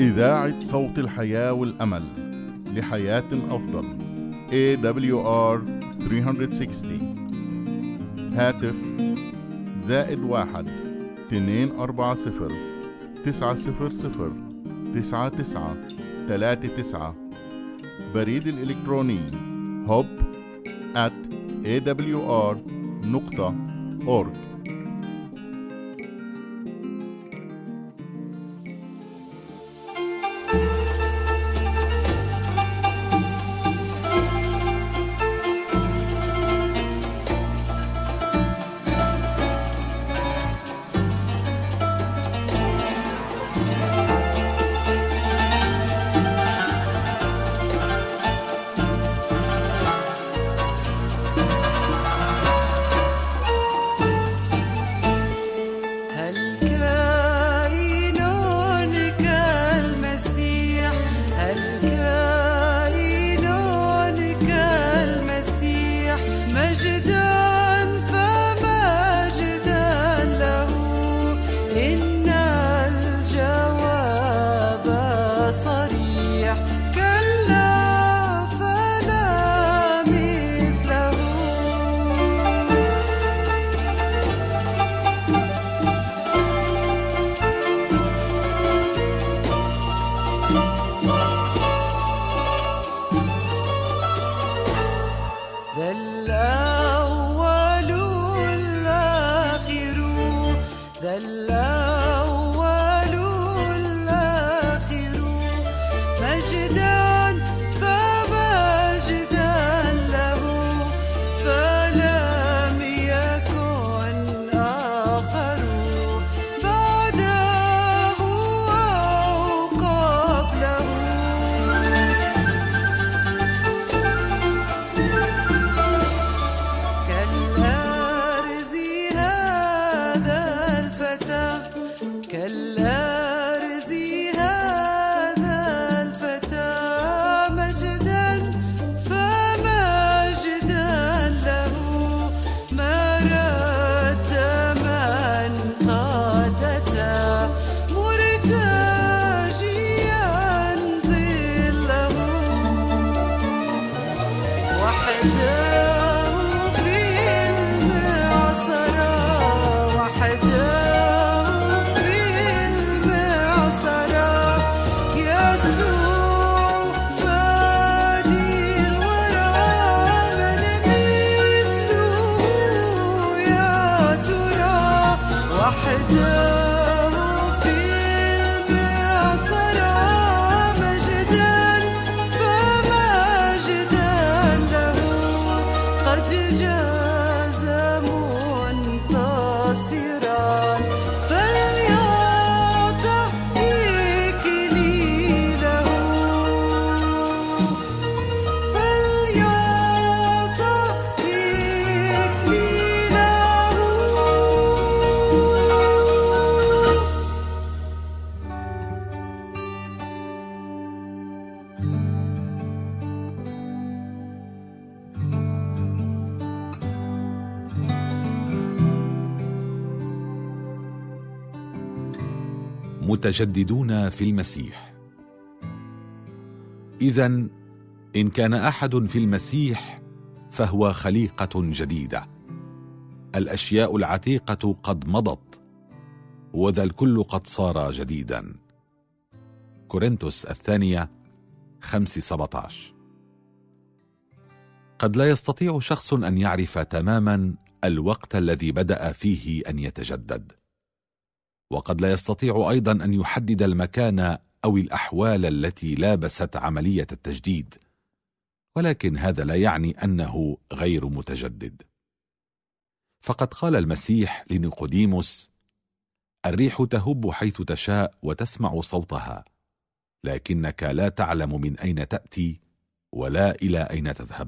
إذاعة صوت الحياة والأمل لحياة أفضل. AWR 360. هاتف +1 240 900 9939. بريد الإلكتروني hope@awr.org. متجددون في المسيح. إذن إن كان أحد في المسيح فهو خليقة جديدة، الأشياء العتيقة قد مضت وذا الكل قد صار جديدا. كورنثوس الثانية 5:17. قد لا يستطيع شخص أن يعرف تماما الوقت الذي بدأ فيه أن يتجدد، وقد لا يستطيع أيضا أن يحدد المكان أو الأحوال التي لابست عملية التجديد، ولكن هذا لا يعني أنه غير متجدد. فقد قال المسيح لنيقوديموس: الريح تهب حيث تشاء وتسمع صوتها، لكنك لا تعلم من أين تأتي ولا إلى أين تذهب.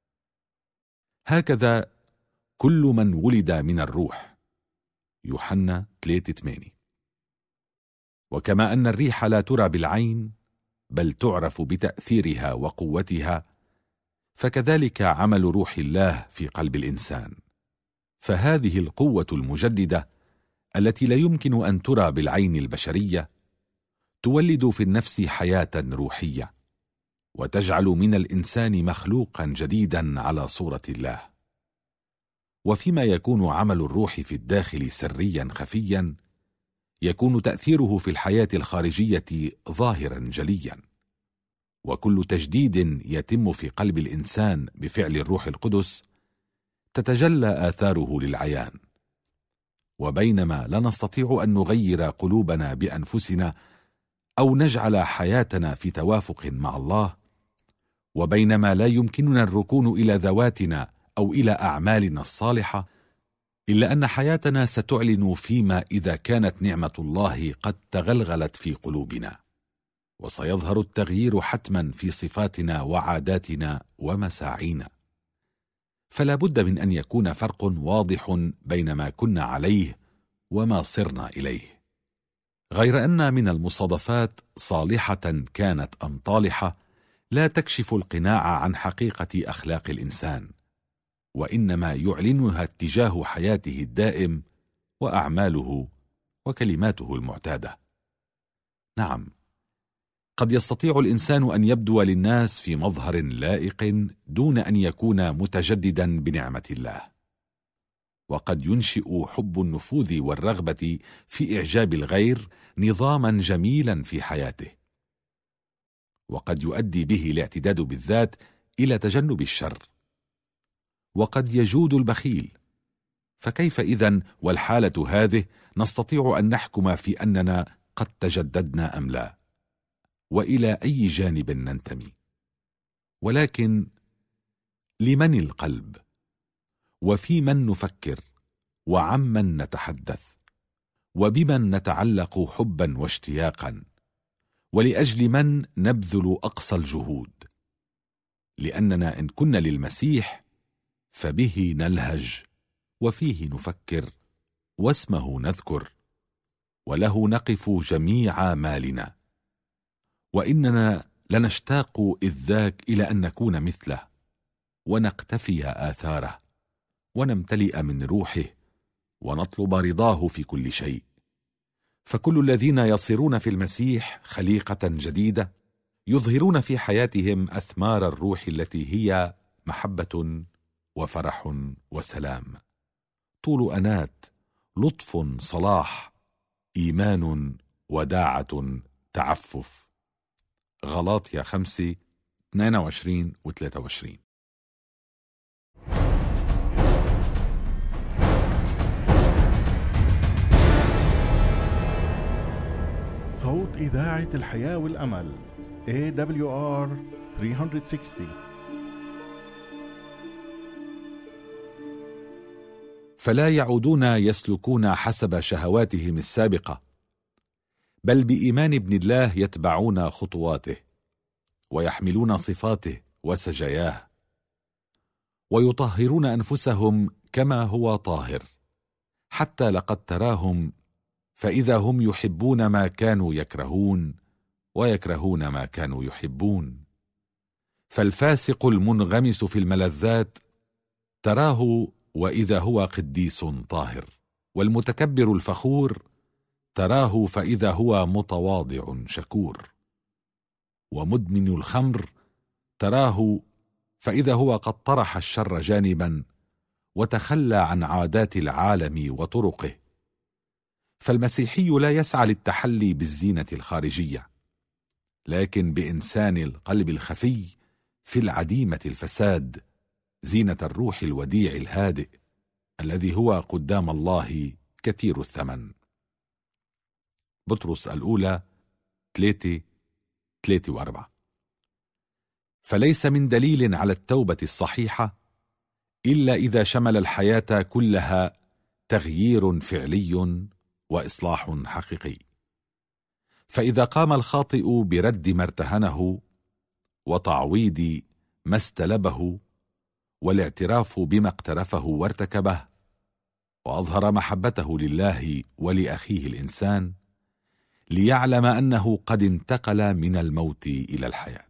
هكذا كل من ولد من الروح. يوحنا 3:8. وكما أن الريح لا ترى بالعين بل تعرف بتأثيرها وقوتها، فكذلك عمل روح الله في قلب الإنسان. فهذه القوة المجددة التي لا يمكن أن ترى بالعين البشرية تولد في النفس حياة روحية، وتجعل من الإنسان مخلوقا جديدا على صورة الله. وفيما يكون عمل الروح في الداخل سريا خفيا، يكون تأثيره في الحياة الخارجية ظاهرا جليا. وكل تجديد يتم في قلب الإنسان بفعل الروح القدس تتجلى آثاره للعيان. وبينما لا نستطيع أن نغير قلوبنا بأنفسنا أو نجعل حياتنا في توافق مع الله، وبينما لا يمكننا الركون إلى ذواتنا أو إلى أعمالنا الصالحة، إلا أن حياتنا ستعلن فيما إذا كانت نعمة الله قد تغلغلت في قلوبنا، وسيظهر التغيير حتما في صفاتنا وعاداتنا ومساعينا. فلا بد من أن يكون فرق واضح بين ما كنا عليه وما صرنا إليه. غير أن من المصادفات، صالحة كانت أم طالحة، لا تكشف القناع عن حقيقة أخلاق الإنسان، وإنما يعلنها اتجاه حياته الدائم وأعماله وكلماته المعتادة. نعم، قد يستطيع الإنسان أن يبدو للناس في مظهر لائق دون أن يكون متجددا بنعمة الله، وقد ينشئ حب النفوذ والرغبة في إعجاب الغير نظاما جميلا في حياته، وقد يؤدي به الاعتداد بالذات إلى تجنب الشر، وقد يجود البخيل. فكيف إذن والحالة هذه نستطيع أن نحكم في أننا قد تجددنا أم لا، وإلى أي جانب ننتمي؟ ولكن لمن القلب؟ وفي من نفكر؟ وعمن نتحدث؟ وبمن نتعلق حبا واشتياقا؟ ولأجل من نبذل أقصى الجهود؟ لأننا إن كنا للمسيح فبه نلهج، وفيه نفكر، واسمه نذكر، وله نقف جميع مالنا. وإننا لنشتاق إذ ذاك إلى أن نكون مثله، ونقتفي آثاره، ونمتلئ من روحه، ونطلب رضاه في كل شيء. فكل الذين يصيرون في المسيح خليقة جديدة يظهرون في حياتهم أثمار الروح التي هي محبة وفرح وسلام، طول أنات، لطف، صلاح، إيمان، وداعة، تعفف. غلاطيا 5:22 و23. صوت إذاعة الحياة والأمل AWR 360. فلا يعودون يسلكون حسب شهواتهم السابقة، بل بإيمان ابن الله يتبعون خطواته، ويحملون صفاته وسجاياه، ويطهرون أنفسهم كما هو طاهر، حتى لقد تراهم فإذا هم يحبون ما كانوا يكرهون، ويكرهون ما كانوا يحبون. فالفاسق المنغمس في الملذات تراه وإذا هو قديس طاهر، والمتكبر الفخور تراه فإذا هو متواضع شكور، ومدمن الخمر تراه فإذا هو قد طرح الشر جانبا وتخلى عن عادات العالم وطرقه. فالمسيحي لا يسعى للتحلي بالزينة الخارجية، لكن بإنسان القلب الخفي في العديمة الفساد زينة الروح الوديع الهادئ الذي هو قدام الله كثير الثمن. بطرس الأولى 3:3-4. فليس من دليل على التوبة الصحيحة إلا إذا شمل الحياة كلها تغيير فعلي وإصلاح حقيقي. فإذا قام الخاطئ برد ما ارتهنه، وتعويض ما استلبه، والاعتراف بما اقترفه وارتكبه، وأظهر محبته لله ولأخيه الإنسان، ليعلم أنه قد انتقل من الموت إلى الحياة.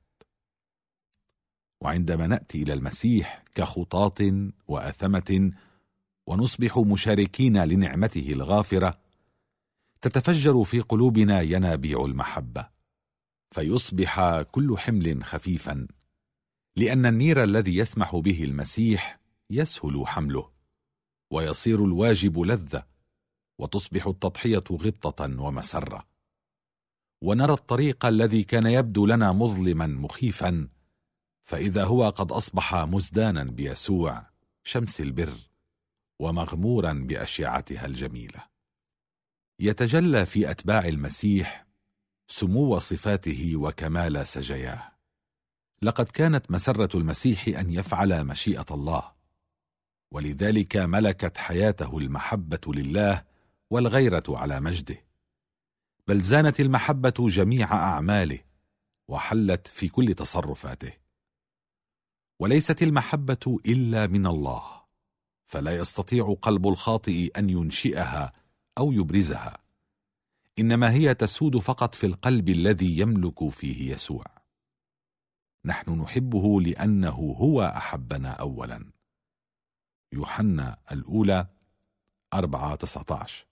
وعندما نأتي إلى المسيح كخطاة وآثمة ونصبح مشاركين لنعمته الغافرة، تتفجر في قلوبنا ينابيع المحبة، فيصبح كل حمل خفيفا، لأن النير الذي يسمح به المسيح يسهل حمله، ويصير الواجب لذة، وتصبح التضحية غبطة ومسرة، ونرى الطريق الذي كان يبدو لنا مظلما مخيفا، فإذا هو قد أصبح مزدانا بيسوع شمس البر، ومغمورا بأشعتها الجميلة. يتجلى في أتباع المسيح سمو صفاته وكمال سجياه. لقد كانت مسرة المسيح أن يفعل مشيئة الله، ولذلك ملكت حياته المحبة لله والغيرة على مجده، بل زانت المحبة جميع أعماله وحلت في كل تصرفاته. وليست المحبة إلا من الله، فلا يستطيع قلب الخاطئ أن ينشئها أو يبرزها، إنما هي تسود فقط في القلب الذي يملك فيه يسوع. نحن نحبه لأنه هو أحبنا أولا. يوحنا الأولى 4:19.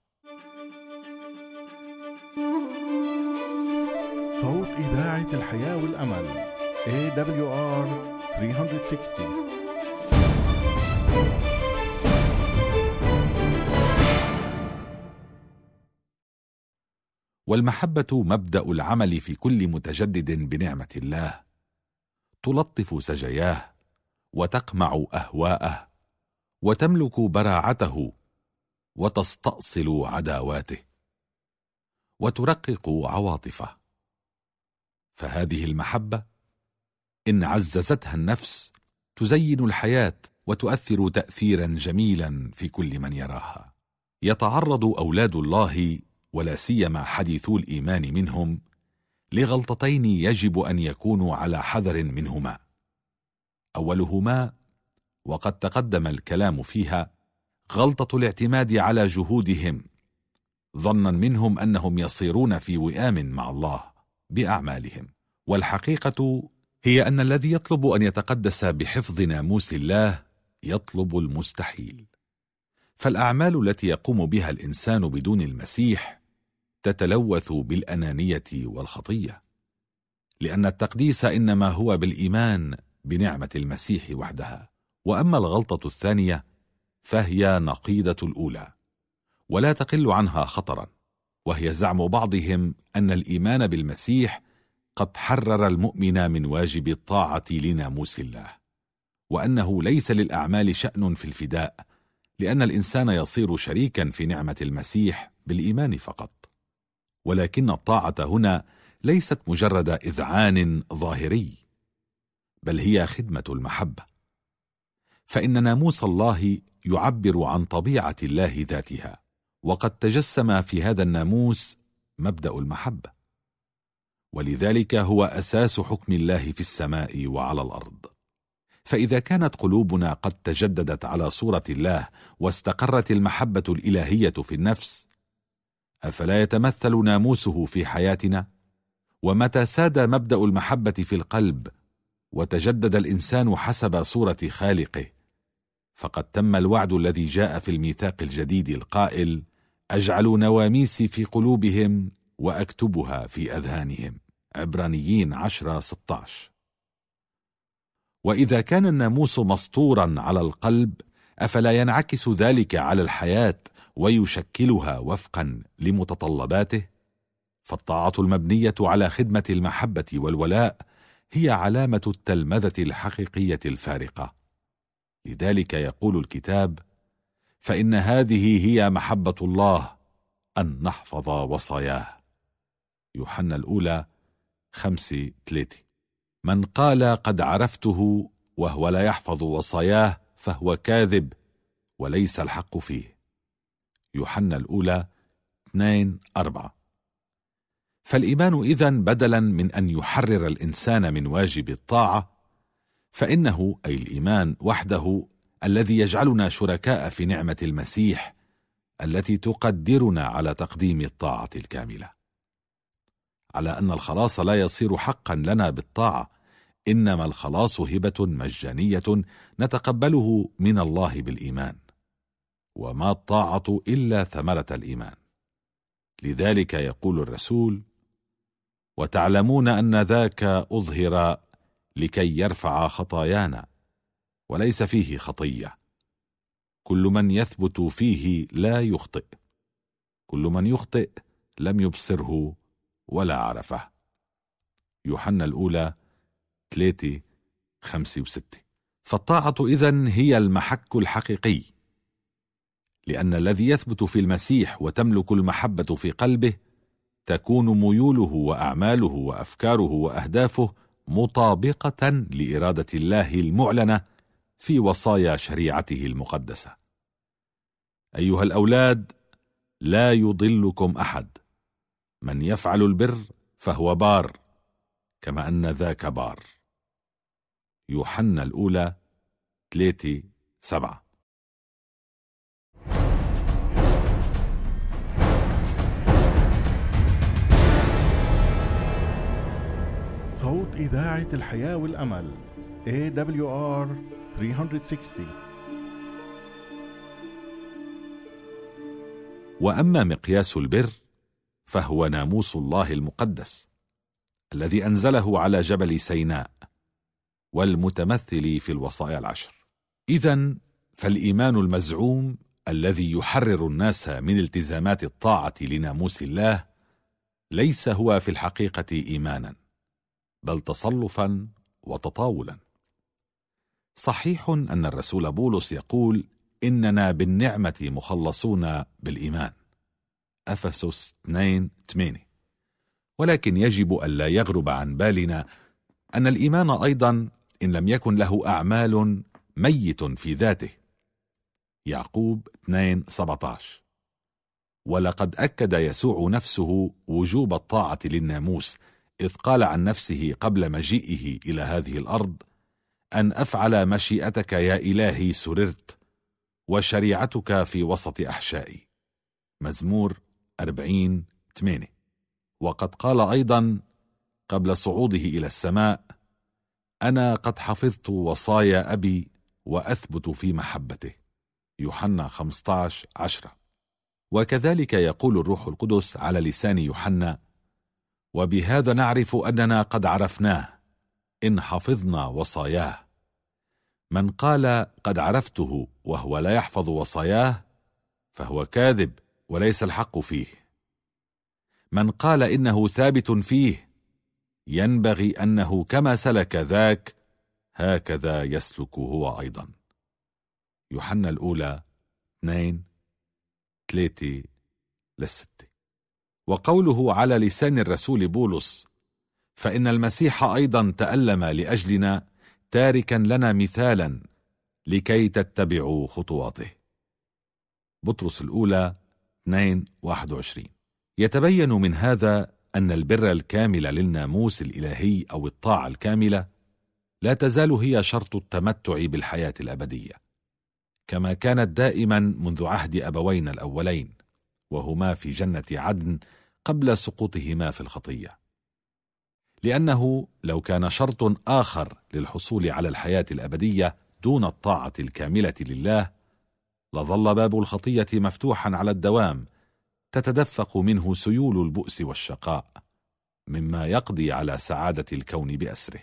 صوت إذاعة الحياة والأمل AWR 360. والمحبة مبدأ العمل في كل متجدد بنعمة الله، تلطف سجياه وتقمع أهواءه وتملك براعته وتستأصل عداواته وترقق عواطفه. فهذه المحبة إن عززتها النفس تزين الحياة وتؤثر تأثيرا جميلا في كل من يراها. يتعرض أولاد الله ولا سيما حديثو الإيمان منهم لغلطتين يجب أن يكونوا على حذر منهما. أولهما، وقد تقدم الكلام فيها، غلطة الاعتماد على جهودهم، ظنا منهم أنهم يصيرون في وئام مع الله بأعمالهم. والحقيقة هي أن الذي يطلب أن يتقدس بحفظ ناموس الله يطلب المستحيل. فالأعمال التي يقوم بها الإنسان بدون المسيح تتلوث بالأنانية والخطية، لأن التقديس إنما هو بالإيمان بنعمة المسيح وحدها. وأما الغلطة الثانية فهي نقيضة الأولى ولا تقل عنها خطرا، وهي زعم بعضهم أن الإيمان بالمسيح قد حرر المؤمن من واجب الطاعة لناموس الله، وأنه ليس للأعمال شأن في الفداء، لأن الإنسان يصير شريكا في نعمة المسيح بالإيمان فقط. ولكن الطاعة هنا ليست مجرد إذعان ظاهري، بل هي خدمة المحبة، فإن ناموس الله يعبر عن طبيعة الله ذاتها، وقد تجسم في هذا الناموس مبدأ المحبة، ولذلك هو أساس حكم الله في السماء وعلى الأرض. فإذا كانت قلوبنا قد تجددت على صورة الله واستقرت المحبة الإلهية في النفس، أفلا يتمثل ناموسه في حياتنا؟ ومتى ساد مبدأ المحبة في القلب وتجدد الإنسان حسب صورة خالقه، فقد تم الوعد الذي جاء في الميثاق الجديد القائل: أجعل نواميسي في قلوبهم وأكتبها في أذهانهم. عبرانيين 10:16. وإذا كان الناموس مسطورا على القلب، أفلا ينعكس ذلك على الحياة ويشكلها وفقا لمتطلباته؟ فالطاعة المبنية على خدمة المحبة والولاء هي علامة التلمذة الحقيقية الفارقة. لذلك يقول الكتاب: فإن هذه هي محبة الله، أن نحفظ وصاياه. يوحنا الأولى 5:3. من قال قد عرفته وهو لا يحفظ وصاياه فهو كاذب وليس الحق فيه. يوحنا الأولى 2:4. فالإيمان إذن بدلا من أن يحرر الإنسان من واجب الطاعة، فإنه أي الإيمان وحده الذي يجعلنا شركاء في نعمة المسيح التي تقدرنا على تقديم الطاعة الكاملة. على أن الخلاص لا يصير حقا لنا بالطاعة، إنما الخلاص هبة مجانية نتقبله من الله بالإيمان، وما الطاعة إلا ثمرة الإيمان. لذلك يقول الرسول: وتعلمون أن ذاك أظهر لكي يرفع خطايانا، وليس فيه خطية. كل من يثبت فيه لا يخطئ، كل من يخطئ لم يبصره ولا عرفه. يوحنا الأولى 3:5-6. فالطاعة إذن هي المحك الحقيقي، لأن الذي يثبت في المسيح وتملك المحبة في قلبه تكون ميوله وأعماله وأفكاره وأهدافه مطابقة لإرادة الله المعلنة في وصايا شريعته المقدسة. أيها الأولاد، لا يضلكم أحد، من يفعل البر فهو بار كما أن ذاك بار. يوحنا الأولى 3:7. صوت إذاعة الحياة والأمل AWR 360. وأما مقياس البر فهو ناموس الله المقدس الذي أنزله على جبل سيناء والمتمثل في الوصايا العشر. إذن فالإيمان المزعوم الذي يحرر الناس من التزامات الطاعة لناموس الله ليس هو في الحقيقة إيمانا، بل تصلفا وتطاولا. صحيح أن الرسول بولس يقول: إننا بالنعمة مخلصون بالإيمان، أفسس 2:8. ولكن يجب ألا يغرب عن بالنا أن الإيمان أيضا إن لم يكن له أعمال ميت في ذاته، يعقوب 2:17. ولقد أكد يسوع نفسه وجوب الطاعة للناموس، إذ قال عن نفسه قبل مجيئه إلى هذه الأرض: أن أفعل مشيئتك يا إلهي سررت، وشريعتك في وسط أحشائي، مزمور 40:8. وقد قال أيضا قبل صعوده إلى السماء: أنا قد حفظت وصايا أبي وأثبت في محبته، يوحنا 15:10. وكذلك يقول الروح القدس على لسان يوحنا: وبهذا نعرف أننا قد عرفناه إن حفظنا وصاياه. من قال قد عرفته وهو لا يحفظ وصاياه فهو كاذب وليس الحق فيه. من قال إنه ثابت فيه ينبغي أنه كما سلك ذاك هكذا يسلك هو أيضا. يوحنا الأولى 2:3-6. وقوله على لسان الرسول بولس: فإن المسيح أيضا تألم لأجلنا، تاركا لنا مثالا لكي تتبعوا خطواته، بطرس الأولى 2:21. يتبين من هذا أن البر الكامل للناموس الإلهي أو الطاعة الكاملة لا تزال هي شرط التمتع بالحياة الأبدية، كما كانت دائما منذ عهد أبوينا الأولين، وهما في جنة عدن قبل سقوطهما في الخطية. لأنه لو كان شرط آخر للحصول على الحياة الأبدية دون الطاعة الكاملة لله، لظل باب الخطية مفتوحا على الدوام، تتدفق منه سيول البؤس والشقاء، مما يقضي على سعادة الكون بأسره.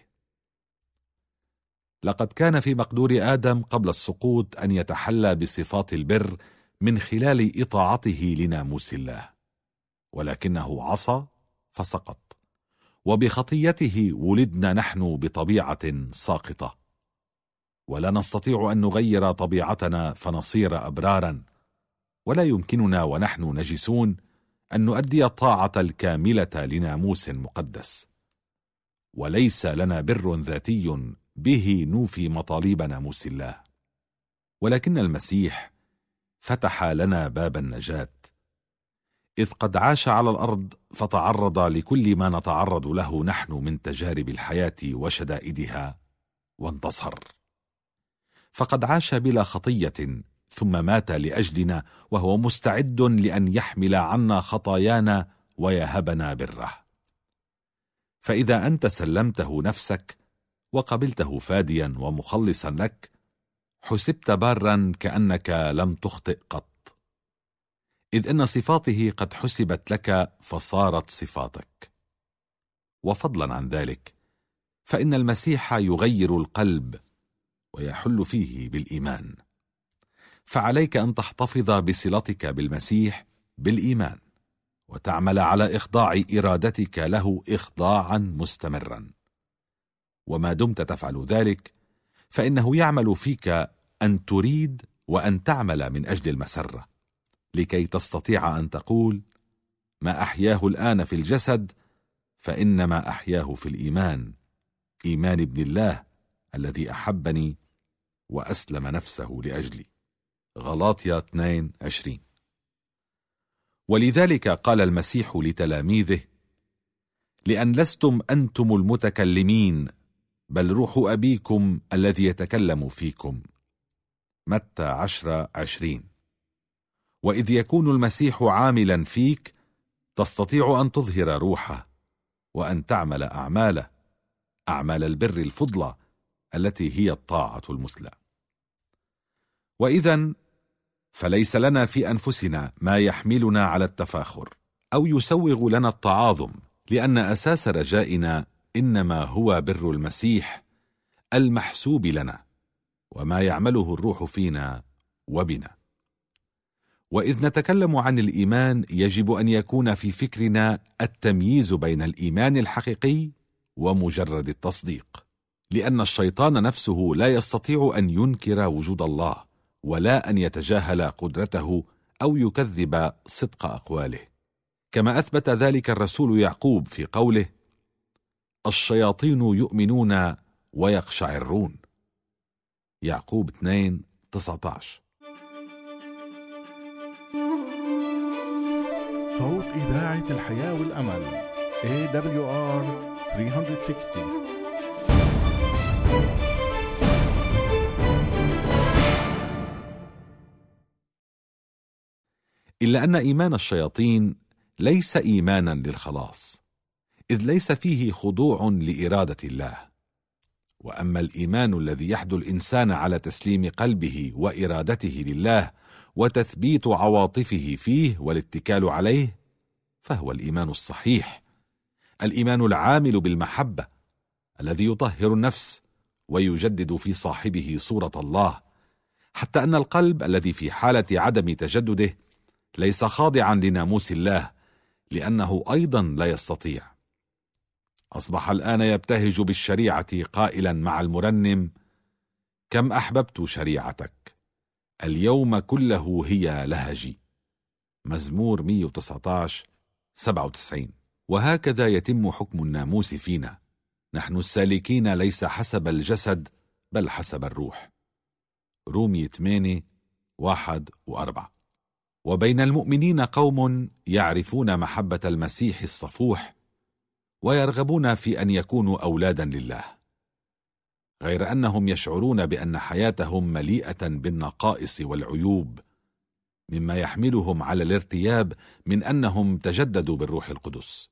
لقد كان في مقدور آدم قبل السقوط أن يتحلى بصفات البر من خلال إطاعته لناموس الله، ولكنه عصى فسقط، وبخطيته ولدنا نحن بطبيعة ساقطة، ولا نستطيع أن نغير طبيعتنا فنصير أبرارا، ولا يمكننا ونحن نجسون أن نؤدي الطاعة الكاملة لناموس مقدس، وليس لنا بر ذاتي به نوفي مطالب ناموس الله. ولكن المسيح فتح لنا باب النجاة، إذ قد عاش على الأرض فتعرض لكل ما نتعرض له نحن من تجارب الحياة وشدائدها وانتصر. فقد عاش بلا خطية ثم مات لأجلنا، وهو مستعد لأن يحمل عنا خطايانا ويهبنا بره. فإذا أنت سلمته نفسك وقبلته فاديا ومخلصا لك، حسبت بارا كأنك لم تخطئ قط. إذ إن صفاته قد حسبت لك فصارت صفاتك. وفضلا عن ذلك فإن المسيح يغير القلب ويحل فيه بالإيمان، فعليك أن تحتفظ بصلتك بالمسيح بالإيمان، وتعمل على إخضاع إرادتك له إخضاعا مستمرا. وما دمت تفعل ذلك فإنه يعمل فيك أن تريد وأن تعمل من أجل المسرة، لكي تستطيع أن تقول: ما أحياه الآن في الجسد فإنما أحياه في الإيمان، إيمان ابن الله الذي أحبني وأسلم نفسه لأجلي. غلاطيا 2:20. ولذلك قال المسيح لتلاميذه: لأن لستم أنتم المتكلمين بل روح أبيكم الذي يتكلم فيكم. متى 10:20. وإذ يكون المسيح عاملا فيك تستطيع أن تظهر روحه وأن تعمل أعمال البر الفضلى التي هي الطاعة المثلى. وإذن فليس لنا في أنفسنا ما يحملنا على التفاخر أو يسوغ لنا التعاظم، لأن أساس رجائنا إنما هو بر المسيح المحسوب لنا وما يعمله الروح فينا وبنا. وإذ نتكلم عن الإيمان يجب أن يكون في فكرنا التمييز بين الإيمان الحقيقي ومجرد التصديق، لأن الشيطان نفسه لا يستطيع أن ينكر وجود الله ولا أن يتجاهل قدرته أو يكذب صدق أقواله، كما أثبت ذلك الرسول يعقوب في قوله: الشياطين يؤمنون ويقشعرون. يعقوب 2:19. صوت إذاعة الحياة والأمل AWR 360. إلا أن إيمان الشياطين ليس إيمانا للخلاص، إذ ليس فيه خضوع لإرادة الله. وأما الإيمان الذي يحث الإنسان على تسليم قلبه وإرادته لله وتثبيت عواطفه فيه والاتكال عليه، فهو الإيمان الصحيح، الإيمان العامل بالمحبة الذي يطهر النفس ويجدد في صاحبه صورة الله، حتى أن القلب الذي في حالة عدم تجدده ليس خاضعا لناموس الله، لأنه أيضا لا يستطيع. أصبح الآن يبتهج بالشريعة قائلا مع المرنم: كم أحببت شريعتك، اليوم كله هي لهجي. مزمور 119:97. وهكذا يتم حكم الناموس فينا، نحن السالكين ليس حسب الجسد بل حسب الروح. رومية 8:1-4. وبين المؤمنين قوم يعرفون محبة المسيح الصفوح ويرغبون في أن يكونوا أولادا لله، غير أنهم يشعرون بأن حياتهم مليئة بالنقائص والعيوب، مما يحملهم على الارتياب من أنهم تجددوا بالروح القدس.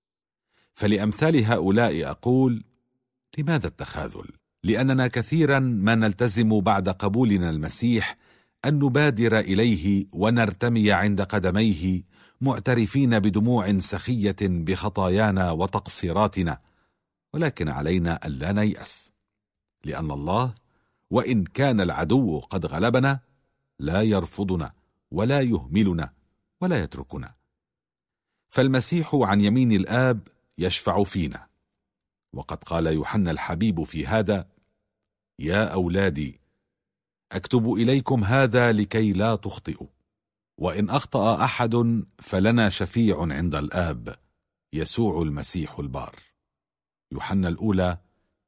فلأمثال هؤلاء أقول: لماذا التخاذل؟ لأننا كثيرا ما نلتزم بعد قبولنا المسيح أن نبادر إليه ونرتمي عند قدميه معترفين بدموع سخية بخطايانا وتقصيراتنا، ولكن علينا ألا نيأس، لأن الله وإن كان العدو قد غلبنا لا يرفضنا ولا يهملنا ولا يتركنا. فالمسيح عن يمين الآب يشفع فينا، وقد قال يوحنا الحبيب في هذا: يا أولادي أكتب إليكم هذا لكي لا تخطئوا، وإن أخطأ أحد فلنا شفيع عند الآب، يسوع المسيح البار. يوحنا الأولى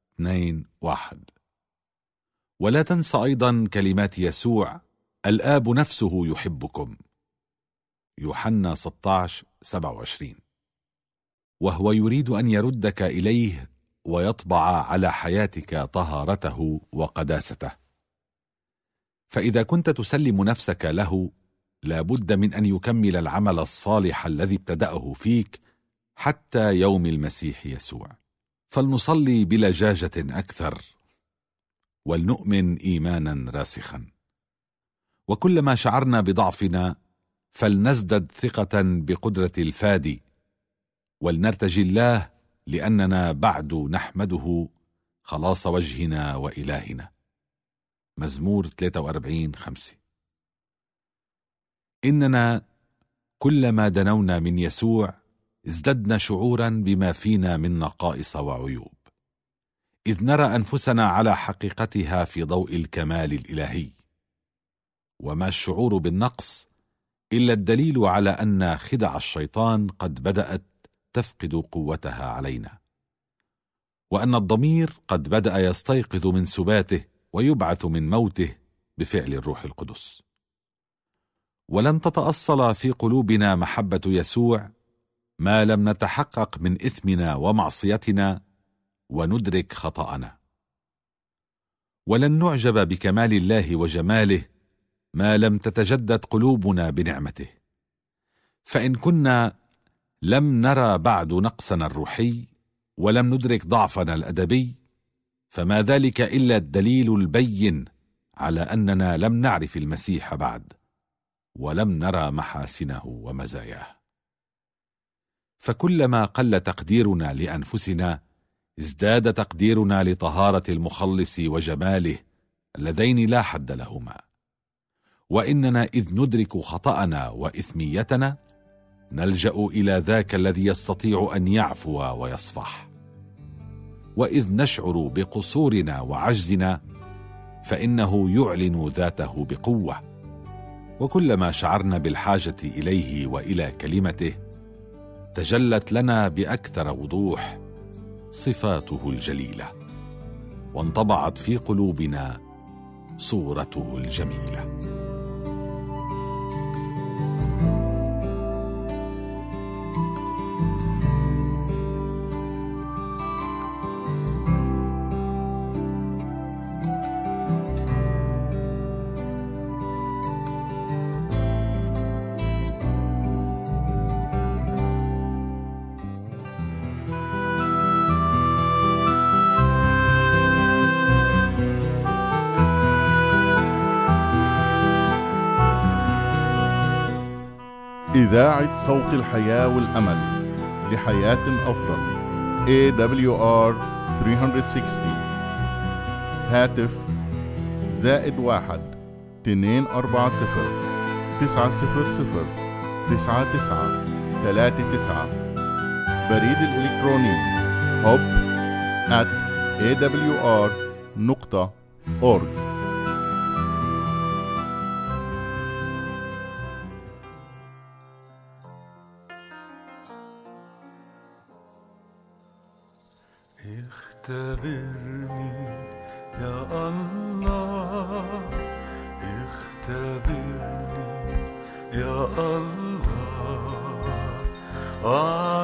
2:1. ولا تنسى أيضا كلمات يسوع: الآب نفسه يحبكم. يوحنا 16:27. وهو يريد أن يردك إليه ويطبع على حياتك طهارته وقداسته. فإذا كنت تسلم نفسك له لا بد من أن يكمل العمل الصالح الذي ابتدأه فيك حتى يوم المسيح يسوع. فلنصلي بلجاجة أكثر، ولنؤمن إيمانا راسخا. وكلما شعرنا بضعفنا فلنزدد ثقة بقدرة الفادي، ولنرتجي الله لأننا بعد نحمده خلاص وجهنا وإلهنا. مزمور 43:5. إننا كلما دنونا من يسوع ازددنا شعورا بما فينا من نقائص وعيوب، إذ نرى أنفسنا على حقيقتها في ضوء الكمال الإلهي. وما الشعور بالنقص إلا الدليل على أن خدع الشيطان قد بدأت تفقد قوتها علينا، وأن الضمير قد بدأ يستيقظ من سباته ويبعث من موته بفعل الروح القدس. ولن تتأصل في قلوبنا محبة يسوع ما لم نتحقق من إثمنا ومعصيتنا وندرك خطأنا. ولن نعجب بكمال الله وجماله ما لم تتجدد قلوبنا بنعمته. فإن كنا لم نرى بعد نقصنا الروحي ولم ندرك ضعفنا الأدبي، فما ذلك إلا الدليل البين على أننا لم نعرف المسيح بعد، ولم نرى محاسنه ومزاياه. فكلما قل تقديرنا لأنفسنا ازداد تقديرنا لطهارة المخلص وجماله اللذين لا حد لهما. وإننا إذ ندرك خطأنا وإثميتنا نلجأ إلى ذاك الذي يستطيع أن يعفو ويصفح. وإذ نشعر بقصورنا وعجزنا فإنه يعلن ذاته بقوة. وكلما شعرنا بالحاجة إليه وإلى كلمته تجلت لنا بأكثر وضوح صفاته الجليلة، وانطبعت في قلوبنا صورته الجميلة. إذاعة صوت الحياة والأمل لحياة أفضل AWR 360. هاتف +1 240 900 99 39. بريد الإلكتروني hub@awr.org. اختبرني يا الله، اختبرني يا الله،